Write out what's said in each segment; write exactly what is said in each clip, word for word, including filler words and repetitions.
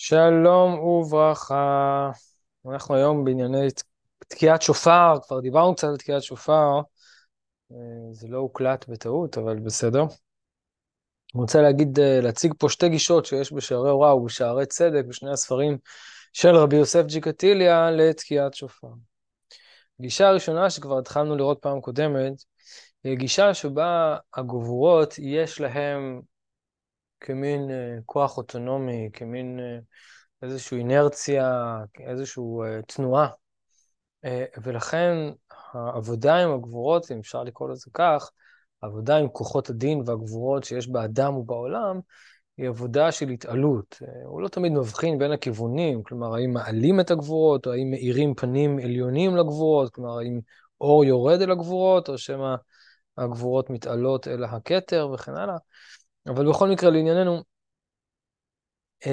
שלום וברכה. אנחנו היום בענייני ת- תקיעת שופר, כבר דיברנו קצת על תקיעת שופר, אה, זה לא הוקלט בטעות, אבל בסדר. אני רוצה להגיד, אה, להציג פה שתי גישות שיש בשערי הוראה ובשערי צדק, בשני הספרים של רבי יוסף ג'י קטיליה לתקיעת שופר. הגישה הראשונה שכבר התחלנו לראות פעם קודמת, היא גישה שבה הגבורות יש להם כמין אה, כוח אוטונומי, כמין אה, איזושהי אינרציה, איזושהי uh, תנועה, uh, ולכן העבודה עם הגבורות, אם אפשר לקרוא לזה כך, העבודה עם כוחות הדין והגבורות שיש באדם ובעולם, היא עבודה של התעלות. Uh, הוא לא תמיד מבחין בין הכיוונים, כלומר, האם מעלים את הגבורות, או האם מאירים פנים עליונים לגבורות, כלומר, האם אור יורד אל הגבורות, או שמא הגבורות מתעלות אל הכתר וכן הלאה. אבל בכל מקרה, לענייננו, um,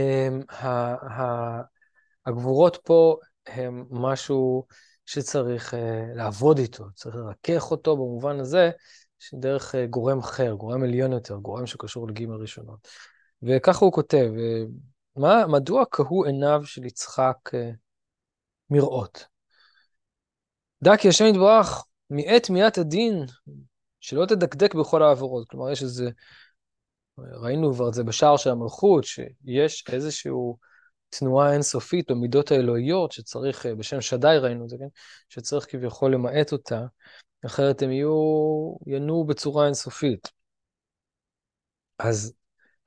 הגבורות פה הם משהו שצריך uh, לעבוד איתו, צריך לרכך אותו במובן הזה, שדרך uh, גורם אחר, גורם עליון יותר, גורם שקשור לגימל ראשונות. וככה הוא כותב, uh, מה, מדוע קהו עיניו של יצחק uh, מראות? דע כי השם יתברך מעת מיית הדין, שלא תדקדק בכל העבירות. כלומר, יש איזה, ראינו כבר את זה בשער של המלכות, שיש איזשהו תנועה אינסופית במידות האלוהיות, שצריך, בשם שדי ראינו את זה, כן? שצריך כביכול למעט אותה, אחרת הם יהיו, ינועו בצורה אינסופית. אז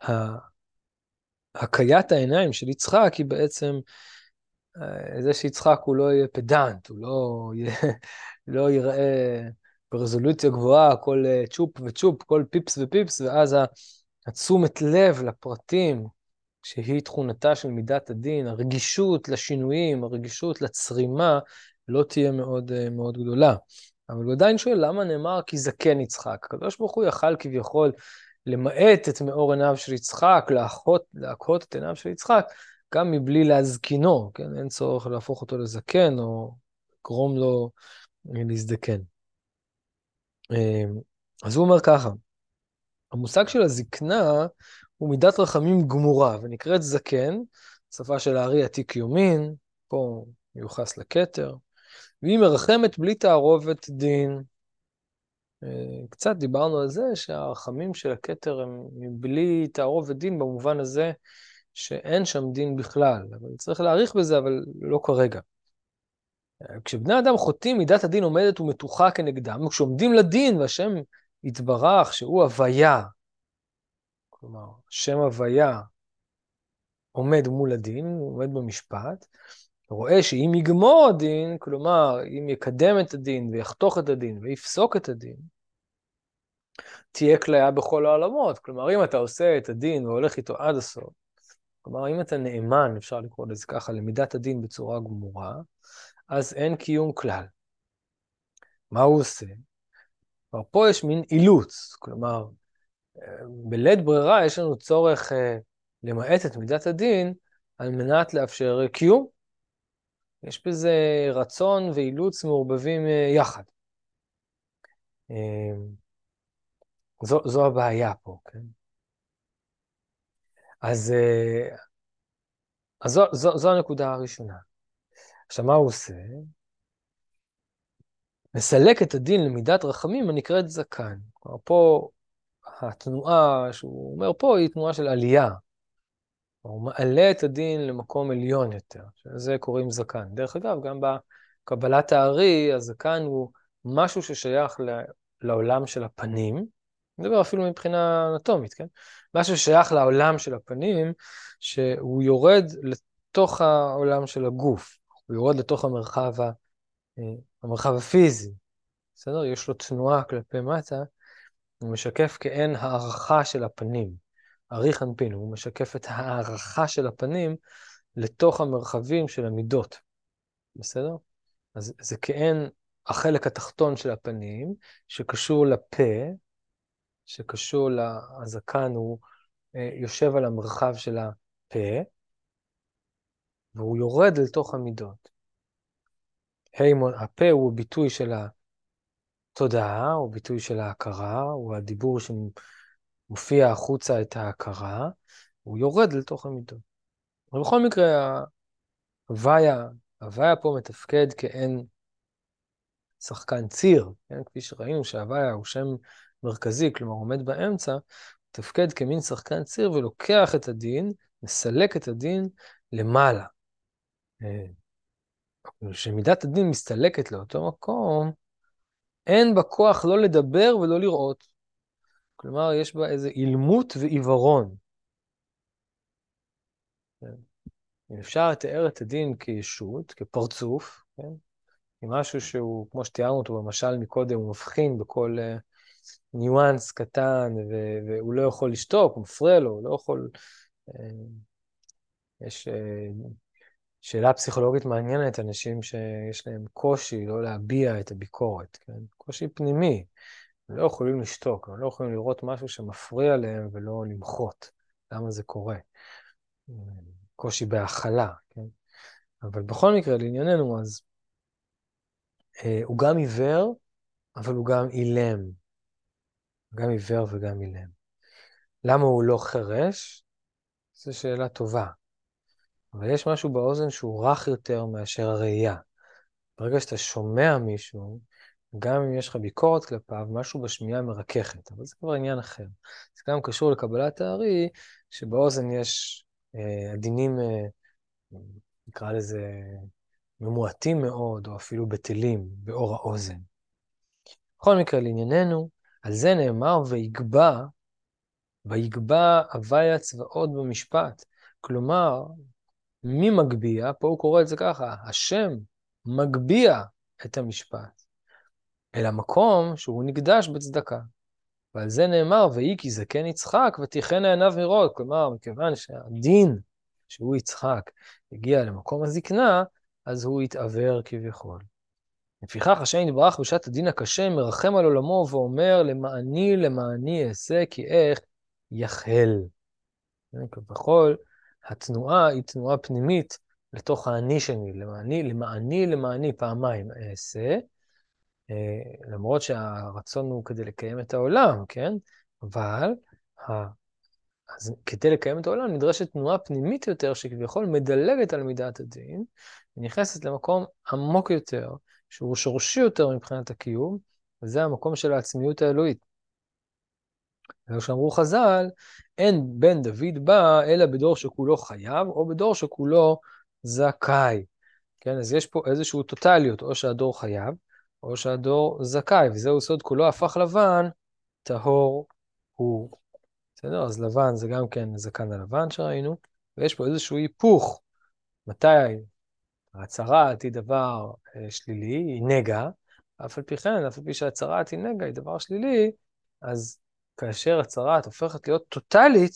הקיית העיניים של יצחק היא בעצם, אה, זה שיצחק הוא לא יהיה פדנט, הוא לא, יהיה, לא יראה ברזולוציה גבוהה, כל אה, צ'ופ וצ'ופ, כל פיפס ופיפס, ואז התשומת לב לפרטים, שהיא תכונתה של מידת הדין, הרגישות לשינויים, הרגישות לצרימה, לא תהיה מאוד, מאוד גדולה. אבל הוא עדיין שואל, למה נאמר כי זקן יצחק? הקדוש ברוך הוא יכל כביכול למעט את מאור עיניו של יצחק, להכות, להכות את עיניו של יצחק, גם מבלי להזקינו, כן? אין צורך להפוך אותו לזקן, או גרום לו להזדקן. אז הוא אומר ככה, המושג של הזקנה הוא מידת רחמים גמורה, ונקראת זקן, שפה של הארי עתיק יומין, פה מיוחס לכתר, והיא מרחמת בלי תערובת דין. קצת דיברנו על זה שהרחמים של הכתר הם בלי תערובת דין, במובן הזה שאין שם דין בכלל, אבל צריך להעריך בזה, אבל לא כרגע. כשבני אדם חוטאים, מידת הדין עומדת ומתוחה כנגדם, וכשעומדים לדין, והשם יתברך שהוא הוויה, כלומר, שם הוויה עומד מול הדין, הוא עומד במשפט, רואה שאם יגמור הדין, כלומר, אם יקדם את הדין ויחתוך את הדין ויפסוק את הדין, תהיה כליה בכל העולמות. כלומר, אם אתה עושה את הדין והולך איתו עד הסוף, כלומר, אם אתה נאמן, אפשר לקרוא לזה ככה, למידת הדין בצורה גמורה, אז אין קיום כלל. מה הוא עושה? כלומר, פה יש מין אילוץ, כלומר, בלית ברירה יש לנו צורך אה, למעט את מידת הדין, על מנת לאפשר קיום. יש בזה רצון ואילוץ מעורבבים אה, יחד. אה, זו, זו הבעיה פה, כן? אז, אה, אז זו, זו, זו הנקודה הראשונה. עכשיו, מה הוא עושה? מסלק את הדין למידת רחמים הנקראת זקן. כלומר, פה התנועה שהוא אומר פה היא תנועה של עלייה. הוא מעלה את הדין למקום עליון יותר, שזה קוראים זקן. דרך אגב, גם בקבלת הארי, הזקן הוא משהו ששייך ל, לעולם של הפנים, אני מדבר אפילו מבחינה אנטומית, כן? משהו ששייך לעולם של הפנים, שהוא יורד לתוך העולם של הגוף, הוא יורד לתוך המרחב, ה, המרחב הפיזי, בסדר? יש לו תנועה כלפי מטה, הוא משקף כאין הערכה של הפנים. אריך אנפין, הוא משקף את הערכה של הפנים לתוך המרחבים של המידות, בסדר? אז זה כאין החלק התחתון של הפנים, שקשור לפה, שקשור לזקן, הוא אה, יושב על המרחב של הפה, והוא יורד לתוך המידות. הימון, הפה הוא ביטוי של התודעה, הוא ביטוי של ההכרה, הוא הדיבור שמופיע החוצה את ההכרה, הוא יורד לתוך המידות. אבל בכל מקרה, הוויה, הוויה פה מתפקד כאין שחקן ציר, כן? כפי שראינו שההוויה הוא שם מרכזי, כלומר עומד באמצע, מתפקד כמין שחקן ציר ולוקח את הדין, מסלק את הדין למעלה. כשמידת הדין מסתלקת לאותו מקום, אין בה כוח לא לדבר ולא לראות. כלומר, יש בה איזה אילמות ועיוורון. אם אפשר לתאר את הדין כישות, כפרצוף, כן? כמשהו שהוא, כמו שתיארנו אותו במשל מקודם, הוא מבחין בכל uh, ניואנס קטן, ו- והוא לא יכול לשתוק, הוא מפריע לו, הוא לא יכול... Uh, יש uh, שאלה פסיכולוגית מעניינת, אנשים שיש להם קושי לא להביע את הביקורת, כן? קושי פנימי. הם לא יכולים לשתוק, הם לא יכולים לראות משהו שמפריע להם ולא למחות. למה זה קורה? קושי בהכלה, כן? אבל בכל מקרה, לענייננו, אז אה, הוא גם עיוור, אבל הוא גם אילם. גם עיוור וגם אילם. למה הוא לא חרש? זו שאלה טובה. אבל יש משהו באוזן שהוא רך יותר מאשר הראייה. ברגע שאתה שומע מישהו, גם אם יש לך ביקורת כלפיו, משהו בשמיעה מרככת, אבל זה כבר עניין אחר. זה גם קשור לקבלת הארי, שבאוזן יש אה, עדינים, אה, נקרא לזה, ממועטים מאוד, או אפילו בטלים, באור האוזן. בכל מקרה, לענייננו, על זה נאמר, ויגבע, ויגבע הוויה צבאות במשפט. כלומר, מי מגביה? פה הוא קורא את זה ככה, השם מגביה את המשפט. אל המקום שהוא נקדש בצדקה. ועל זה נאמר, ויהי כי זקן יצחק, ותיכנה עיניו מראות. כלומר, מכיוון שהדין שהוא יצחק הגיע למקום הזקנה, אז הוא יתעבר כביכול. לפיכך, השם יתברך בשעת הדין הקשה, מרחם על עולמו ואומר, למעני למעני אעשה, כי איך יחל. כביכול, התנועה היא תנועה פנימית לתוך האני שלי, למעני, למעני, למעני, פעמיים אעשה, למרות שהרצון הוא כדי לקיים את העולם, כן? אבל אז כדי לקיים את העולם נדרשת תנועה פנימית יותר, שכביכול מדלגת על מידת הדין, ונכנסת למקום עמוק יותר, שהוא שורשי יותר מבחינת הקיום, וזה המקום של העצמיות האלוהית. כמו שאמרו חז"ל, אין בן דוד בא, אלא בדור שכולו חייב, או בדור שכולו זכאי. כן, אז יש פה איזשהו טוטליות, או שהדור חייב, או שהדור זכאי, וזהו סוד כולו הפך לבן, טהור הוא. בסדר? אז לבן זה גם כן הזקן הלבן שראינו, ויש פה איזשהו היפוך. מתי ההצהרת היא דבר אה, שלילי, היא נגע, אף על פי כן, אף על פי שההצהרת היא נגע, היא דבר שלילי, אז כאשר הצהרת הופכת להיות טוטלית,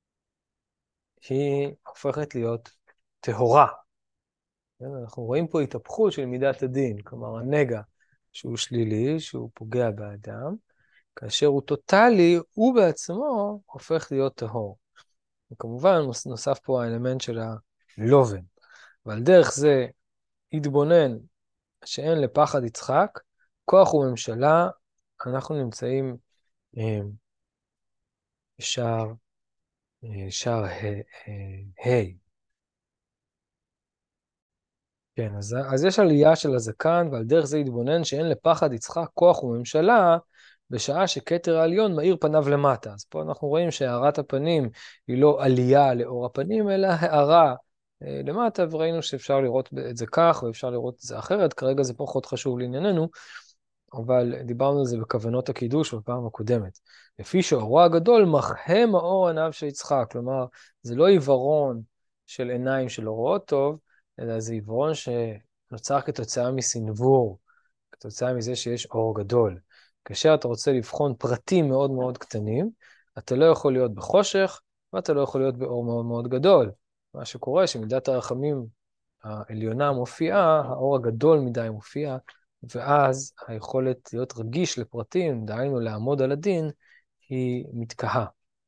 היא הופכת להיות טהורה. כן? אנחנו רואים פה התהפכות של מידת הדין, כלומר הנגע שהוא שלילי, שהוא פוגע באדם, כאשר הוא טוטלי, הוא בעצמו הופך להיות טהור. וכמובן נוסף פה האלמנט של הלובן. ועל דרך זה התבונן שאין לפחד יצחק, כוח וממשלה, אנחנו נמצאים אה, שער, אה, שער ה'. כן, אז, אז יש עלייה של הזקן, ועל דרך זה התבונן שאין לפחד יצחק כוח וממשלה, בשעה שכתר העליון מאיר פניו למטה. אז פה אנחנו רואים שהארת הפנים היא לא עלייה לאור הפנים, אלא הארה אה, למטה, וראינו שאפשר לראות את זה כך, ואפשר לראות את זה אחרת. כרגע זה פחות חשוב לענייננו, אבל דיברנו על זה בכוונות הקידוש בפעם הקודמת. לפי שאורו הגדול מחה מאור עיניו של יצחק, כלומר, זה לא עיוורון של עיניים שלא רואות טוב, אלא זה עיוורון שנוצר כתוצאה מסנבור, כתוצאה מזה שיש אור גדול. כאשר אתה רוצה לבחון פרטים מאוד מאוד קטנים, אתה לא יכול להיות בחושך, ואתה לא יכול להיות באור מאוד מאוד גדול. מה שקורה שמידת הרחמים העליונה מופיעה, האור הגדול מדי מופיע, ואז היכולת להיות רגיש לפרטים, דהיינו לעמוד על הדין, היא מתקהה.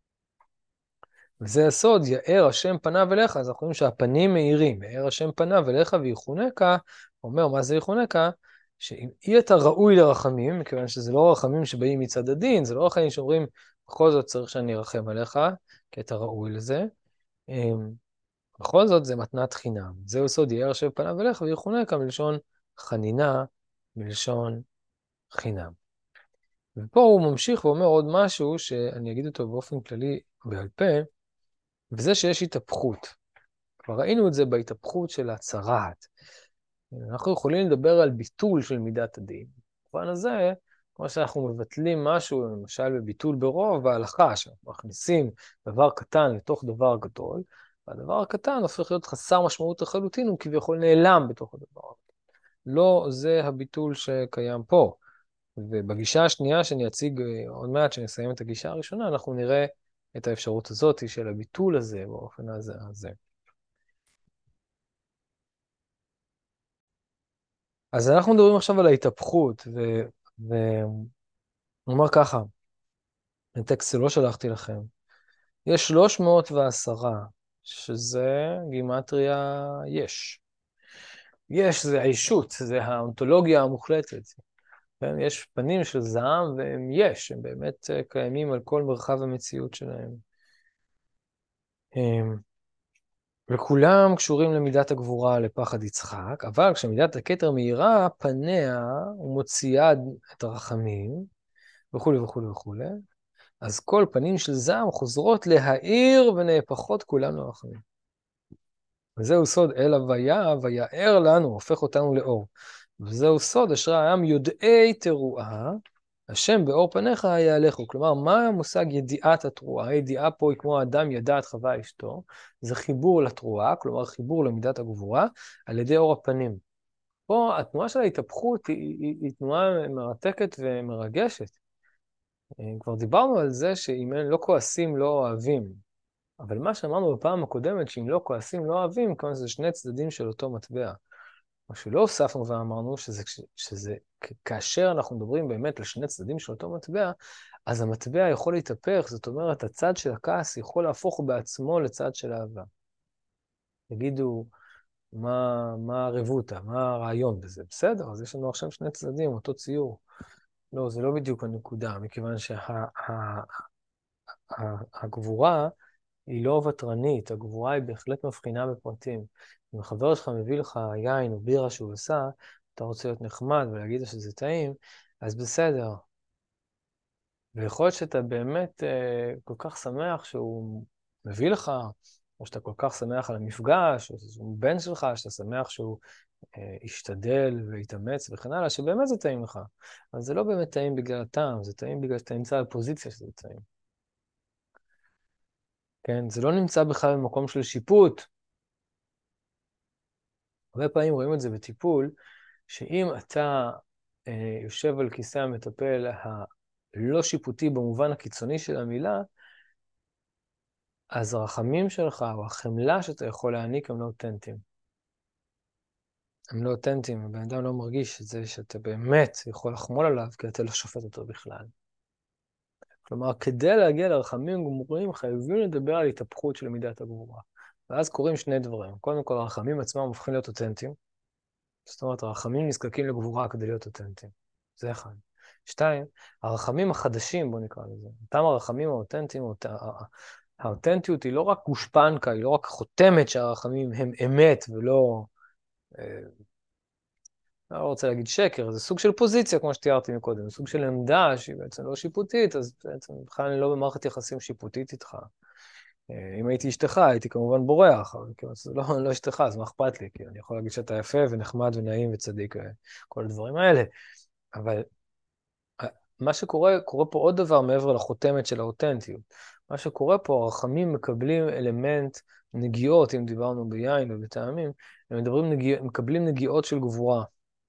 וזה הסוד, יאר השם פניו אליך, אז אנחנו רואים שהפנים מאירים, יאר השם פניו אליך ויחונקה, אומר מה זה יחונקה? שאם אי אתה ראוי לרחמים, מכיוון שזה לא רחמים שבאים מצד הדין, זה לא רחמים שאומרים, בכל זאת צריך שאני ארחם עליך, כי אתה ראוי לזה, בכל זאת זה מתנת חינם. זהו סוד יאר אשר פניו אליך ויחונקה מלשון חנינה, מלשון חינם. ופה הוא ממשיך ואומר עוד משהו שאני אגיד אותו באופן כללי בעל פה, וזה שיש התהפכות. כבר ראינו את זה בהתהפכות של הצרעת. אנחנו יכולים לדבר על ביטול של מידת הדין. במובן הזה, כמו שאנחנו מבטלים משהו, למשל בביטול ברוב, בהלכה, שאנחנו מכניסים דבר קטן לתוך דבר גדול, והדבר הקטן הופך להיות חסר משמעות לחלוטין, הוא כביכול נעלם בתוך הדבר. לא זה הביטול שקיים פה. ובגישה השנייה שאני אציג עוד מעט, שנסיים את הגישה הראשונה, אנחנו נראה את האפשרות הזאת של הביטול הזה באופן הזה. הזה. אז אנחנו מדברים עכשיו על ההתהפכות, והוא אומר ככה, הטקסט שלא שלחתי לכם, יש שלוש מאות ועשר, שזה גימטריה יש. יש זה הישות, זה האונתולוגיה המוחלטת. כן? יש פנים של זעם והם יש, הם באמת קיימים על כל מרחב המציאות שלהם. וכולם קשורים למידת הגבורה, לפחד יצחק, אבל כשמידת הכתר מאירה פניה ומוציאה את הרחמים, וכו' וכו' וכו', אז כל פנים של זעם חוזרות להאיר ונהפכות כולם לרחמים. וזהו סוד אל הוויה, ויער לנו, הופך אותנו לאור. וזהו סוד אשר העם יודעי תרועה, השם באור פניך יהלכו. כלומר, מה המושג ידיעת התרועה? הידיעה פה היא כמו האדם ידע את חווה אשתו, זה חיבור לתרועה, כלומר חיבור למידת הגבורה, על ידי אור הפנים. פה התנועה של ההתהפכות היא, היא, היא תנועה מרתקת ומרגשת. כבר דיברנו על זה שאם לא כועסים לא אוהבים, אבל מה שאמרנו בפעם הקודמת, שאם לא כועסים לא אוהבים, כלומר זה שני צדדים של אותו מטבע. מה שלא הוספנו ואמרנו, שזה, שזה כאשר אנחנו מדברים באמת לשני צדדים של אותו מטבע, אז המטבע יכול להתהפך, זאת אומרת, הצד של הכעס יכול להפוך בעצמו לצד של אהבה. תגידו, מה, מה הרבותא, מה הרעיון בזה? בסדר, אז יש לנו עכשיו שני צדדים, אותו ציור. לא, זה לא בדיוק הנקודה, מכיוון שהגבורה היא לא ותרנית, הגבורה היא בהחלט מבחינה בפרטים. אם החבר שלך מביא לך יין או בירה שהוא עשה, אתה רוצה להיות נחמד ולהגיד שזה טעים, אז בסדר. ויכול להיות שאתה באמת אה, כל כך שמח שהוא מביא לך, או שאתה כל כך שמח על המפגש, או שהוא בן שלך, שאתה שמח שהוא אה, ישתדל ויתאמץ וכן הלאה, שבאמת זה טעים לך. אבל זה לא באמת טעים בגלל הטעם, זה טעים בגלל שאתה נמצא בפוזיציה שזה טעים. כן, זה לא נמצא בכלל במקום של שיפוט. הרבה פעמים רואים את זה בטיפול, שאם אתה אה, יושב על כיסא המטפל הלא שיפוטי במובן הקיצוני של המילה, אז הרחמים שלך או החמלה שאתה יכול להעניק הם לא אותנטיים. הם לא אותנטיים, הבן אדם לא מרגיש את זה שאתה באמת יכול לחמול עליו, כי אתה לא שופט אותו בכלל. כלומר, כדי להגיע לרחמים גמורים, חייבים לדבר על התהפכות של מידת הגבורה. ואז קורים שני דברים. קודם כל, הרחמים עצמם הופכים להיות אותנטיים. זאת אומרת, הרחמים נזקקים לגבורה כדי להיות אותנטיים. זה אחד. שתיים, הרחמים החדשים, בוא נקרא לזה, אותם הרחמים האותנטיים, האות... האותנטיות היא לא רק גושפנקה, היא לא רק חותמת שהרחמים הם אמת ולא, אה, לא רוצה להגיד שקר, זה סוג של פוזיציה, כמו שתיארתי מקודם, זה סוג של עמדה שהיא בעצם לא שיפוטית, אז בעצם בכלל אני לא במערכת יחסים שיפוטית איתך. אם הייתי אשתך, הייתי כמובן בורח, אבל כאילו, זה לא, לא אשתך, אז מה אכפת לי? כי אני יכול להגיד שאתה יפה ונחמד ונעים וצדיק, כל הדברים האלה. אבל מה שקורה, קורה פה עוד דבר מעבר לחותמת של האותנטיות. מה שקורה פה, הרחמים מקבלים אלמנט נגיעות, אם דיברנו ביין ובטעמים, הם מדברים נגיע, מקבלים נגיעות של גבורה.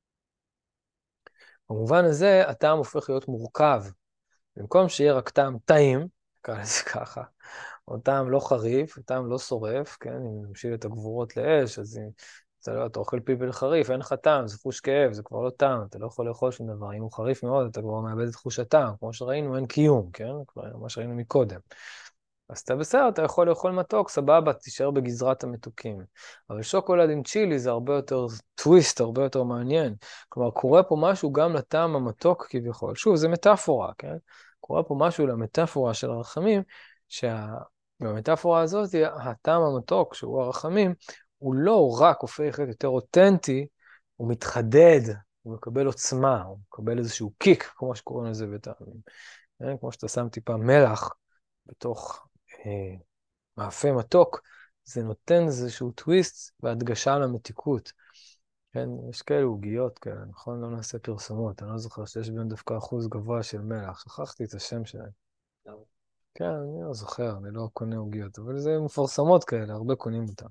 במובן הזה, הטעם הופך להיות מורכב. במקום שיהיה רק טעם טעים, נקרא לזה ככה, או טעם לא חריף, טעם לא שורף, כן? אם נמשיל את הגבורות לאש, אז אם אתה לא, אתה אוכל פיפל חריף, אין לך טעם, זה חוש כאב, זה כבר לא טעם, אתה לא יכול לאכול שום דבר. אם הוא חריף מאוד, אתה כבר מאבד את חוש הטעם. כמו שראינו, אין קיום, כן? כבר מה שראינו מקודם. אז אתה בסדר, אתה יכול לאכול מתוק, סבבה, תישאר בגזרת המתוקים. אבל שוקולד עם צ'ילי זה הרבה יותר טוויסט, הרבה יותר מעניין. כלומר, קורה פה משהו גם לטעם המתוק כביכול. שוב, זה מטאפורה, כן? קורה פה משהו למטאפורה של הרחמים, שה... במטאפורה הזאת, הטעם המתוק, שהוא הרחמים, הוא לא רק הופך להיות יותר אותנטי, הוא מתחדד, הוא מקבל עוצמה, הוא מקבל איזשהו קיק, כמו שקוראים לזה בטעמים. כן? כמו שאתה שם טיפה מלח בתוך אה, מאפה מתוק, זה נותן איזשהו טוויסט והדגשה למתיקות. כן, יש כאלה עוגיות כאלה, נכון? לא נעשה פרסומות, אני לא זוכר שיש בהן דווקא אחוז גבוה של מלח, שכחתי את השם שלהם. כן, אני לא זוכר, אני לא קונה עוגיות, אבל זה מפורסמות כאלה, הרבה קונים אותן.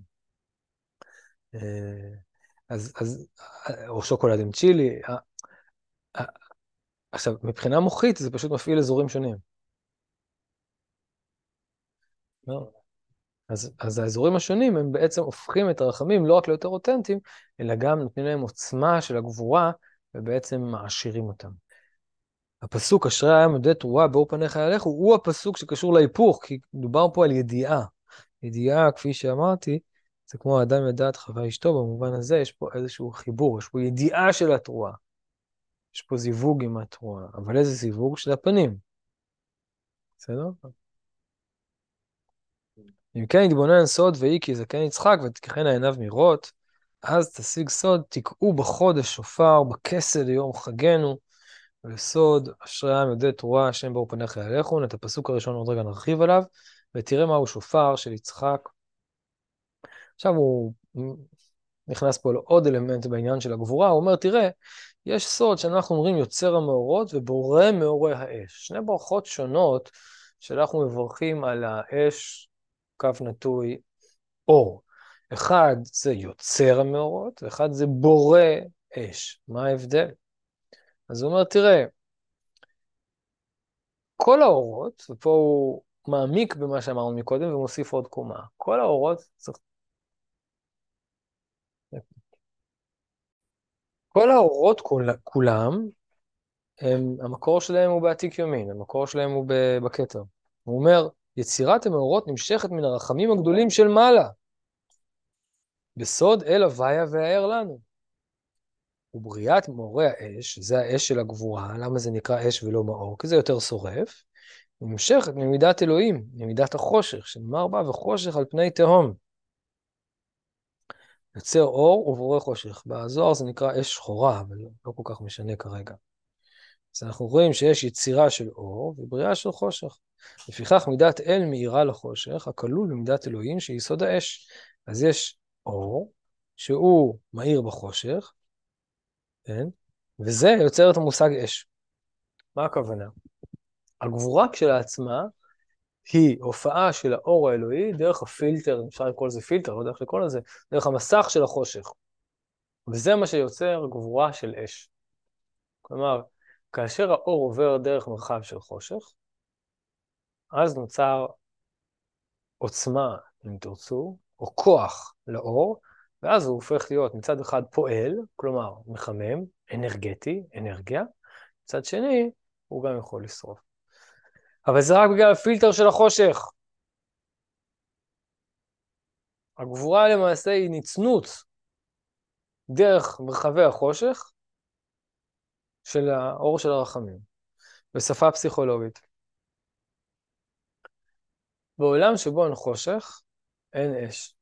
אה, אז, אז, או שוקולד עם צ'ילי. אה, אה, עכשיו, מבחינה מוחית זה פשוט מפעיל אזורים שונים. לא? אז, אז האזורים השונים הם בעצם הופכים את הרחמים לא רק ליותר אותנטיים, אלא גם נותנים להם עוצמה של הגבורה, ובעצם מעשירים אותם. הפסוק, אשרי העם יודע תרועה באור פניך יהלכו, הוא הפסוק שקשור להיפוך, כי מדובר פה על ידיעה. ידיעה, כפי שאמרתי, זה כמו האדם ידע את חווה אשתו, במובן הזה יש פה איזשהו חיבור, יש פה ידיעה של התרועה. יש פה זיווג עם התרועה, אבל איזה זיווג? של הפנים. בסדר? אם כן יתבונן סוד ויהי כי זקן יצחק ותיקחנה עיניו מראות, אז תשיג סוד, תקעו בחודש שופר, בכסד יום חגנו, וסוד אשרי העם יודע תרועה, השם באור פניך יהלכון. את הפסוק הראשון עוד רגע נרחיב עליו, ותראה מהו שופר של יצחק. עכשיו הוא נכנס פה לעוד אלמנט בעניין של הגבורה, הוא אומר, תראה, יש סוד שאנחנו אומרים יוצר המאורות ובורא מאורי האש. שני ברכות שונות שאנחנו מברכים על האש, קו נטוי, אור. אחד זה יוצר המאורות, ואחד זה בורא אש. מה ההבדל? אז הוא אומר, תראה, כל האורות, ופה הוא מעמיק במה שאמרנו מקודם ומוסיף עוד קומה, כל האורות, צריך... כל האורות כול, כולם, הם, המקור שלהם הוא בעתיק יומין, המקור שלהם הוא בכתר. הוא אומר, יצירת המאורות נמשכת מן הרחמים הגדולים של מעלה, בסוד אל הוויה והאר לנו. ובריאת מאורי האש, זה האש של הגבורה, למה זה נקרא אש ולא מאור? כי זה יותר שורף, נמשכת ממידת אלוהים, ממידת החושך, שנאמר בה וחושך על פני תהום. יוצר אור ובורא חושך. בזוהר זה נקרא אש שחורה, אבל לא כל כך משנה כרגע. אז אנחנו רואים שיש יצירה של אור ובריאה של חושך. לפיכך מידת אל מאירה לחושך, הכלול במידת אלוהים שהיא יסוד האש. אז יש אור שהוא מאיר בחושך, כן? וזה יוצר את המושג אש. מה הכוונה? הגבורה כשלעצמה היא הופעה של האור האלוהי דרך הפילטר, אפשר לקרוא לזה פילטר, לא יודע איך לקרוא לזה, דרך המסך של החושך. וזה מה שיוצר גבורה של אש. כלומר, כאשר האור עובר דרך מרחב של חושך, אז נוצר עוצמה, אם תרצו, או כוח לאור, ואז הוא הופך להיות מצד אחד פועל, כלומר מחמם, אנרגטי, אנרגיה, מצד שני, הוא גם יכול לשרוף. אבל זה רק בגלל הפילטר של החושך. הגבורה למעשה היא ניצנות דרך מרחבי החושך של האור של הרחמים, בשפה פסיכולוגית. בעולם שבו אין חושך, אין אש.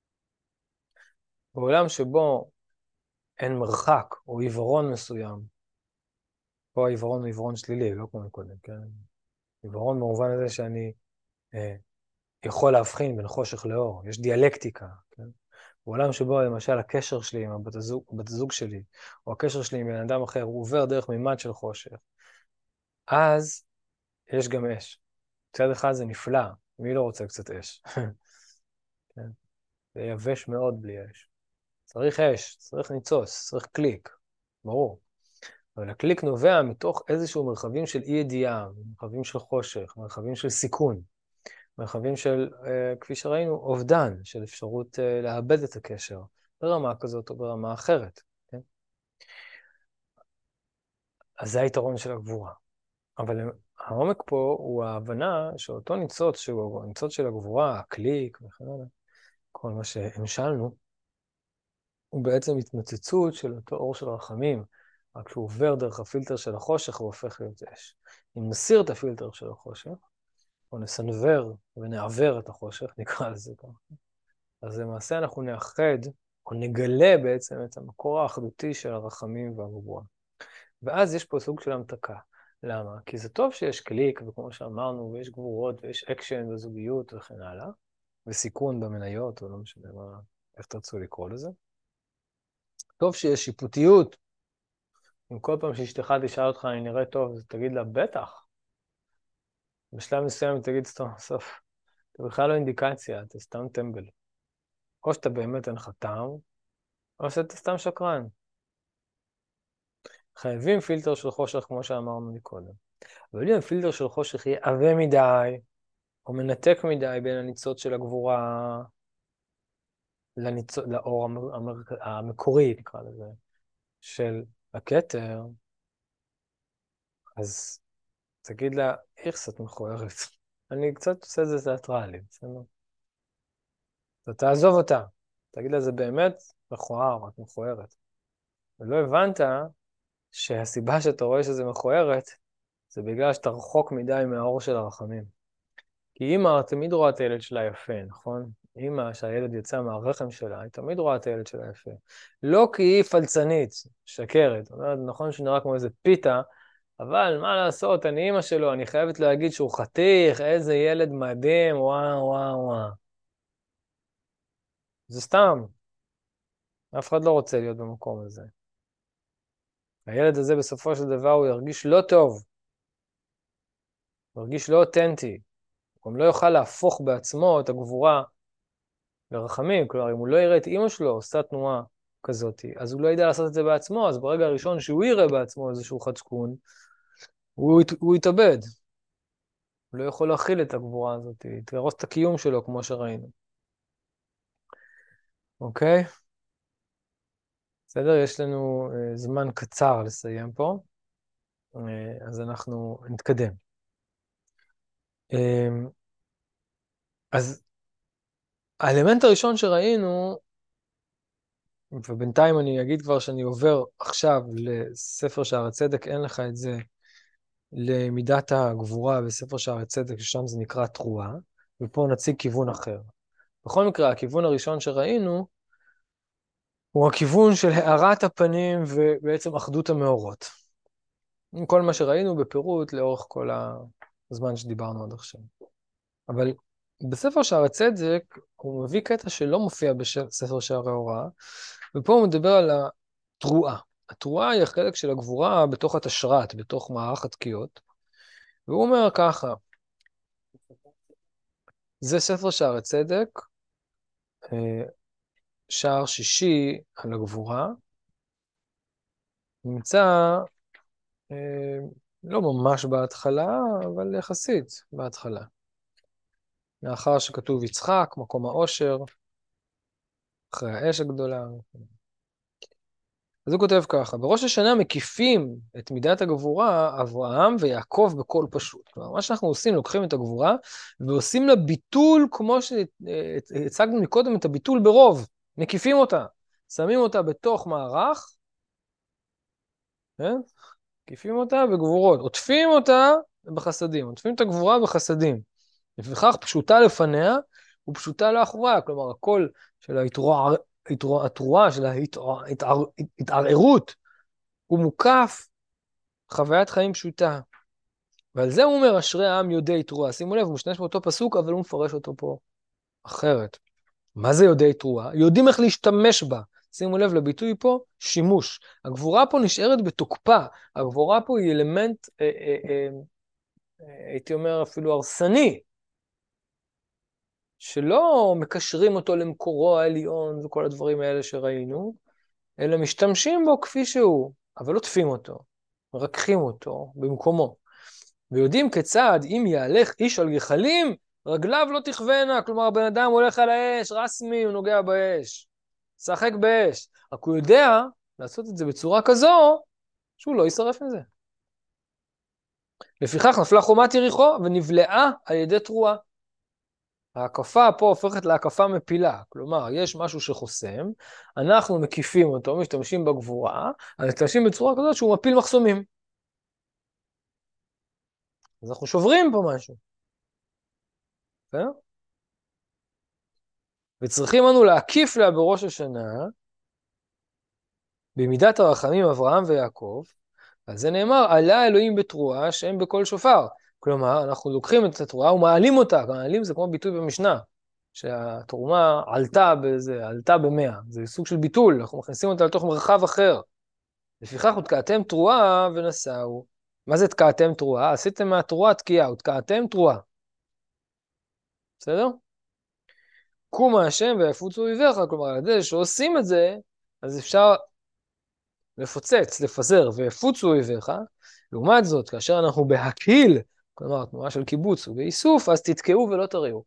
בעולם שבו אין מרחק או עיוורון מסוים, פה העיוורון הוא עיוורון שלילי, לא כמו קודם, כן? עיוורון במובן הזה שאני אה, יכול להבחין בין חושך לאור, יש דיאלקטיקה, כן? בעולם שבו למשל הקשר שלי עם הבת הזוג, בת הזוג שלי, או הקשר שלי עם בן אדם אחר, הוא עובר דרך מימד של חושך, אז יש גם אש. מצד אחד זה נפלא, מי לא רוצה קצת אש? כן? זה יבש מאוד בלי אש. צריך אש, צריך ניצוץ, צריך קליק, ברור. אבל הקליק נובע מתוך איזשהו מרחבים של אי ידיעה, מרחבים של חושך, מרחבים של סיכון, מרחבים של, אה, כפי שראינו, אובדן, של אפשרות אה, לאבד את הקשר, ברמה כזאת או ברמה אחרת. כן? אז זה היתרון של הגבורה. אבל העומק פה הוא ההבנה שאותו ניצוץ, שהוא הניצוץ של הגבורה, הקליק וכן הלאה, כל מה שהמשלנו, הוא בעצם התנוצצות של אותו אור של רחמים, רק שהוא עובר דרך הפילטר של החושך, הוא הופך להיות אש. אם נסיר את הפילטר של החושך, או נסנבר ונעבר את החושך, נקרא לזה ככה. אז למעשה אנחנו נאחד, או נגלה בעצם את המקור האחדותי של הרחמים והגבורה. ואז יש פה סוג של המתקה. למה? כי זה טוב שיש קליק, וכמו שאמרנו, ויש גבורות, ויש אקשן וזוגיות וכן הלאה, וסיכון במניות, או לא משנה מה, איך תרצו לקרוא לזה. טוב שיש שיפוטיות. אם כל פעם שאשתך תשאל אותך, אני נראה טוב, אז תגיד לה, בטח. בשלב מסוים תגיד, סוף, אתה בכלל לא אינדיקציה, אתה סתם טמבל. או שאתה באמת אין לך טעם, או שאתה סתם שקרן. חייבים פילטר של חושך, כמו שאמרנו מקודם. אבל אם הפילטר של חושך יהיה עבה מדי, או מנתק מדי בין הניצוץ של הגבורה לניצוץ, לאור המר, המר, המקורי, נקרא לזה, של הכתר, אז תגיד לה, איך זאת מכוערת? אני קצת עושה את זה תיאטרלי, בסדר? אתה תעזוב אותה. תגיד לה, זה באמת מכוער, את מכוערת. ולא הבנת שהסיבה שאתה רואה שזה מכוערת, זה בגלל שאתה רחוק מדי מהאור של הרחמים. כי אמא תמיד רואה את הילד שלה יפה, נכון? אמא, שהילד יצא מהרחם שלה, היא תמיד רואה את הילד שלה יפה. לא כי היא פלצנית, שקרת. זאת אומרת, נכון שנראה כמו איזה פיתה, אבל מה לעשות, אני אמא שלו, אני חייבת להגיד שהוא חתיך, איזה ילד מדהים, וואו, וואו, וואו. זה סתם. אף אחד לא רוצה להיות במקום הזה. הילד הזה בסופו של דבר הוא ירגיש לא טוב. הוא ירגיש לא אותנטי. הוא גם לא יוכל להפוך בעצמו את הגבורה לרחמים. כלומר, אם הוא לא יראה את אמא שלו עושה תנועה כזאת, אז הוא לא ידע לעשות את זה בעצמו, אז ברגע הראשון שהוא יראה בעצמו איזשהו חצקון, הוא, הוא יתאבד. הוא לא יכול להכיל את הגבורה הזאת, תהרוס את הקיום שלו כמו שראינו. אוקיי? בסדר? יש לנו uh, זמן קצר לסיים פה, uh, אז אנחנו נתקדם. Uh, אז האלמנט הראשון שראינו, ובינתיים אני אגיד כבר שאני עובר עכשיו לספר שער הצדק, אין לך את זה, למידת הגבורה בספר שער הצדק, ששם זה נקרא תרועה, ופה נציג כיוון אחר. בכל מקרה, הכיוון הראשון שראינו, הוא הכיוון של הארת הפנים ובעצם אחדות המאורות. עם כל מה שראינו בפירוט לאורך כל הזמן שדיברנו עד עכשיו. אבל בספר שער הצדק הוא מביא קטע שלא מופיע בספר שער ההוראה, ופה הוא מדבר על התרועה. התרועה היא החלק של הגבורה בתוך התשרת, בתוך מערך התקיעות, והוא אומר ככה, זה ספר שער הצדק, שער שישי על הגבורה, נמצא לא ממש בהתחלה, אבל יחסית בהתחלה. לאחר שכתוב יצחק, מקום האושר, אחרי האש הגדולה. אז הוא כותב ככה, בראש השנה מקיפים את מידת הגבורה אברהם ויעקב בכל פשוט. כלומר, מה שאנחנו עושים, לוקחים את הגבורה ועושים לה ביטול, כמו שהצגנו מקודם את הביטול ברוב, מקיפים אותה, שמים אותה בתוך מערך, כן? מקיפים אותה בגבורות, עוטפים אותה בחסדים, עוטפים את הגבורה בחסדים. לפיכך פשוטה לפניה ופשוטה לאחוריה, כלומר הקול של ההתרוע, התרוע, התרועה, של ההתערערות, הוא מוקף חוויית חיים פשוטה. ועל זה הוא אומר, אשרי העם יודעי תרועה. שימו לב, הוא משתמש באותו פסוק, אבל הוא מפרש אותו פה אחרת. מה זה יודעי תרועה? יודעים איך להשתמש בה. שימו לב לביטוי פה, שימוש. הגבורה פה נשארת בתוקפה. הגבורה פה היא אלמנט, אה, אה, אה, אה, הייתי אומר אפילו הרסני, שלא מקשרים אותו למקורו העליון וכל הדברים האלה שראינו, אלא משתמשים בו כפי שהוא, אבל לא תפים אותו, מרקחים אותו במקומו. ויודעים כיצד אם יהלך איש על גחלים, רגליו לא תכוונה, כלומר הבן אדם הולך על האש, רסמי, הוא נוגע באש, שחק באש, רק הוא יודע לעשות את זה בצורה כזו, שהוא לא ישרף מזה. לפיכך נפלה חומת יריחו ונבלעה על ידי תרועה. ההקפה פה הופכת להקפה מפילה, כלומר, יש משהו שחוסם, אנחנו מקיפים אותו, משתמשים בגבורה, אז משתמשים בצורה כזאת שהוא מפיל מחסומים. אז אנחנו שוברים פה משהו. בסדר? וצריכים אנו להקיף לה בראש השנה, במידת הרחמים אברהם ויעקב, אז זה נאמר, עלה אלוהים בתרועה שהם בכל שופר. כלומר, אנחנו לוקחים את התרועה ומעלים אותה. מעלים זה כמו ביטוי במשנה, שהתרומה עלתה בזה, עלתה במאה. זה סוג של ביטול, אנחנו מכניסים אותה לתוך מרחב אחר. לפיכך, ותקעתם תרועה ונסעו. מה זה תקעתם תרועה? עשיתם מהתרועה תקיעה, ותקעתם תרועה. בסדר? קומה השם ויפוצו אויביך, כלומר, על ידי שעושים את זה, אז אפשר לפוצץ, לפזר, ויפוצו אויביך. לעומת זאת, כאשר אנחנו בהקיל, כלומר, תנועה של קיבוץ ובאיסוף, אז תתקעו ולא תריעו.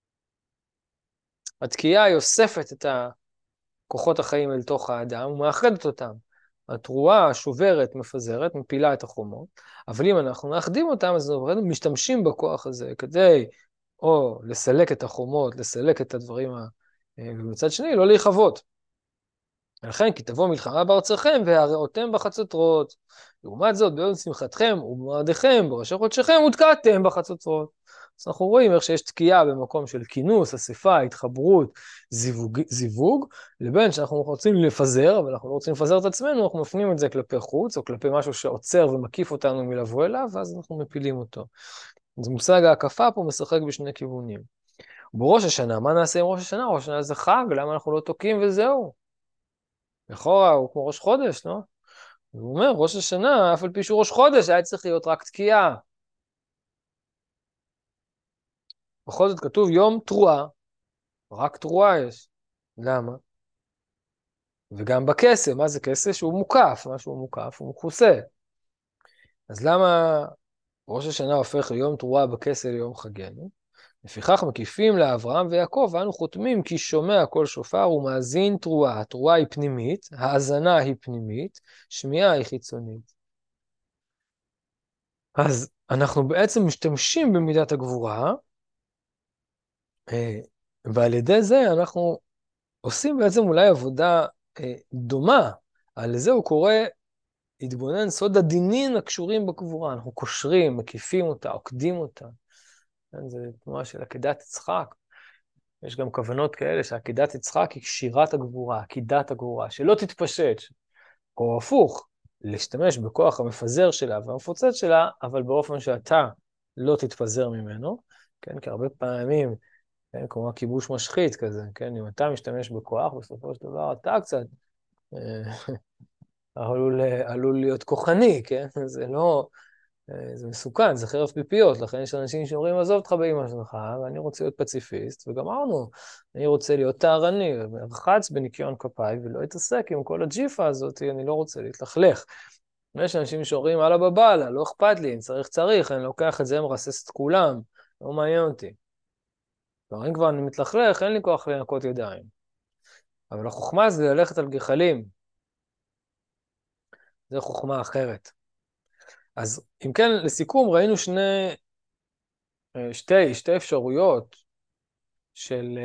התקיעה היא אוספת את כוחות החיים אל תוך האדם ומאחדת אותם. התרועה שוברת, מפזרת, מפילה את החומות, אבל אם אנחנו מאחדים אותם, אז אנחנו משתמשים בכוח הזה כדי או לסלק את החומות, לסלק את הדברים, ומצד שני, לא להיחוות. ולכן, כי תבוא מלחמה בארצכם, והרעותם בחצוצרות. לעומת זאת, ביום שמחתכם ובמועדיכם, בראשי חודשיכם, ותקעתם בחצוצרות. אז אנחנו רואים איך שיש תקיעה במקום של כינוס, אספה, התחברות, זיווג, זיווג, לבין שאנחנו רוצים לפזר, אבל אנחנו לא רוצים לפזר את עצמנו, אנחנו מפנים את זה כלפי חוץ, או כלפי משהו שעוצר ומקיף אותנו מלבוא אליו, ואז אנחנו מפילים אותו. אז מושג ההקפה פה משחק בשני כיוונים. בראש השנה, מה נעשה עם ראש השנה? ראש השנה זה חג, למה אנחנו לא תוקעים וזהו? לכאורה הוא כמו ראש חודש, לא? הוא אומר, ראש השנה, אף על פי שהוא ראש חודש, היה צריך להיות רק תקיעה. בכל זאת כתוב יום תרועה, רק תרועה יש. למה? וגם בכסה, מה זה כסה? שהוא מוקף, מה שהוא מוקף, הוא מכוסה. אז למה ראש השנה הופך ליום תרועה בכסה ליום חגנו? לפיכך מקיפים לאברהם ויעקב, ואנו חותמים כי שומע כל שופר ומאזין תרועה. התרועה היא פנימית, האזנה היא פנימית, שמיעה היא חיצונית. אז אנחנו בעצם משתמשים במידת הגבורה, ועל ידי זה אנחנו עושים בעצם אולי עבודה דומה. על זה הוא קורא, התבונן סוד הדינין הקשורים בגבורה. אנחנו קושרים, מקיפים אותה, עוקדים אותה. זה תנועה של עקדת יצחק. יש גם כוונות כאלה שעקדת יצחק היא קשירת הגבורה, עקידת הגבורה, שלא תתפשט, או הפוך, להשתמש בכוח המפזר שלה והמפוצץ שלה, אבל באופן שאתה לא תתפזר ממנו, כן, כי הרבה פעמים, כן, כמו הכיבוש משחית כזה, כן, אם אתה משתמש בכוח, בסופו של דבר אתה קצת עלול, עלול להיות כוחני, כן, זה לא, זה מסוכן, זה חרב פיפיות, לכן יש אנשים שאומרים, עזוב אותך באמא שלך, ואני רוצה להיות פציפיסט, וגמרנו, אני רוצה להיות טהרני, ורחץ בניקיון כפיי, ולא אתעסק עם כל הג'יפה הזאת, אני לא רוצה להתלכלך. יש אנשים שאומרים, הלאה בבאללה, לא אכפת לי, אם צריך צריך, אני לוקח את זה, מרסס את כולם, לא מעניין אותי. כלומר, אם כבר אני מתלכלך, אין לי כוח לנקות ידיים. אבל החוכמה זה ללכת על גחלים. זו חוכמה אחרת. אז אם כן, לסיכום, ראינו שני, שתי, שתי אפשרויות של,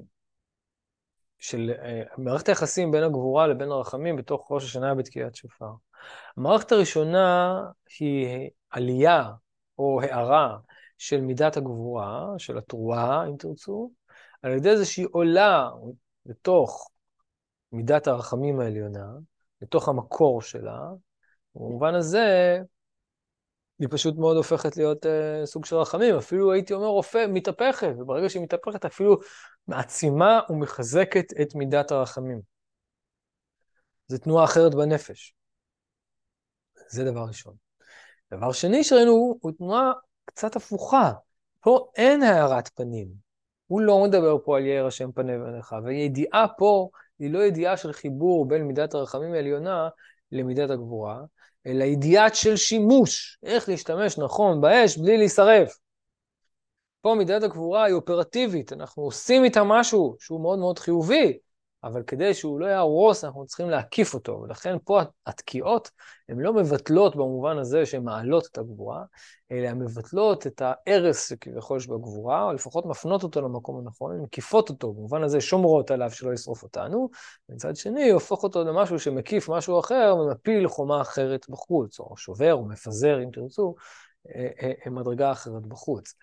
של מערכת היחסים בין הגבורה לבין הרחמים בתוך ראש השנה בתקיעת שופר. המערכת הראשונה היא עלייה או הערה של מידת הגבורה, של התרועה, אם תרצו, על ידי זה שהיא עולה לתוך מידת הרחמים העליונה, לתוך המקור שלה, במובן הזה, היא פשוט מאוד הופכת להיות uh, סוג של רחמים, אפילו הייתי אומר רופא מתהפכת, וברגע שהיא מתהפכת אפילו מעצימה ומחזקת את מידת הרחמים. זו תנועה אחרת בנפש. זה דבר ראשון. דבר שני שראינו הוא תנועה קצת הפוכה. פה אין הערת פנים. הוא לא מדבר פה על יאר השם פנה ועיניך, והידיעה פה היא לא ידיעה של חיבור בין מידת הרחמים העליונה למידת הגבורה, אלא ידיעת של שימוש, איך להשתמש נכון באש בלי להישרף. פה מידת הגבורה היא אופרטיבית, אנחנו עושים איתה משהו שהוא מאוד מאוד חיובי, אבל כדי שהוא לא יהרוס, אנחנו צריכים להקיף אותו, ולכן פה התקיעות הן לא מבטלות במובן הזה שהן מעלות את הגבורה, אלא הן מבטלות את הערס שכביכול שבגבורה, או לפחות מפנות אותו למקום הנכון, הן מקיפות אותו, במובן הזה שומרות עליו שלא ישרוף אותנו, ומצד שני הופך אותו למשהו שמקיף משהו אחר, ומפיל חומה אחרת בחוץ, או שובר או מפזר, אם תרצו, מדרגה אחרת בחוץ.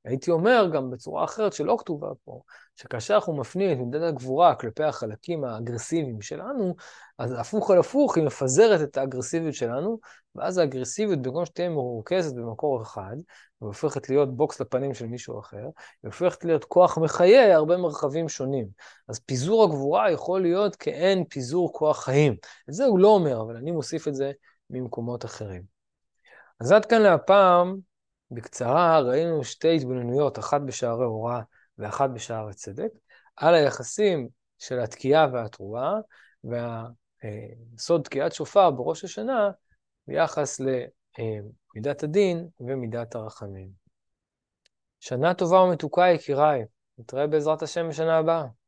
הייתי אומר גם בצורה אחרת שלא כתובה פה, שכאשר אנחנו מפנים את מידת הגבורה כלפי החלקים האגרסיביים שלנו, אז הפוך על הפוך היא מפזרת את האגרסיביות שלנו, ואז האגרסיביות במקום שתהיה מרוכזת במקור אחד, והופכת להיות בוקס לפנים של מישהו אחר, היא הופכת להיות כוח מחיה הרבה מרחבים שונים. אז פיזור הגבורה יכול להיות כאין פיזור כוח חיים. את זה הוא לא אומר, אבל אני מוסיף את זה ממקומות אחרים. אז עד כאן להפעם, בקצרה ראינו שתי התבוננויות, אחת בשערי הוראה ואחת בשערי צדק, על היחסים של התקיעה והתרועה, והסוד תקיעת שופר בראש השנה, ביחס למידת הדין ומידת הרחמים. שנה טובה ומתוקה יקיריי, נתראה בעזרת השם בשנה הבאה.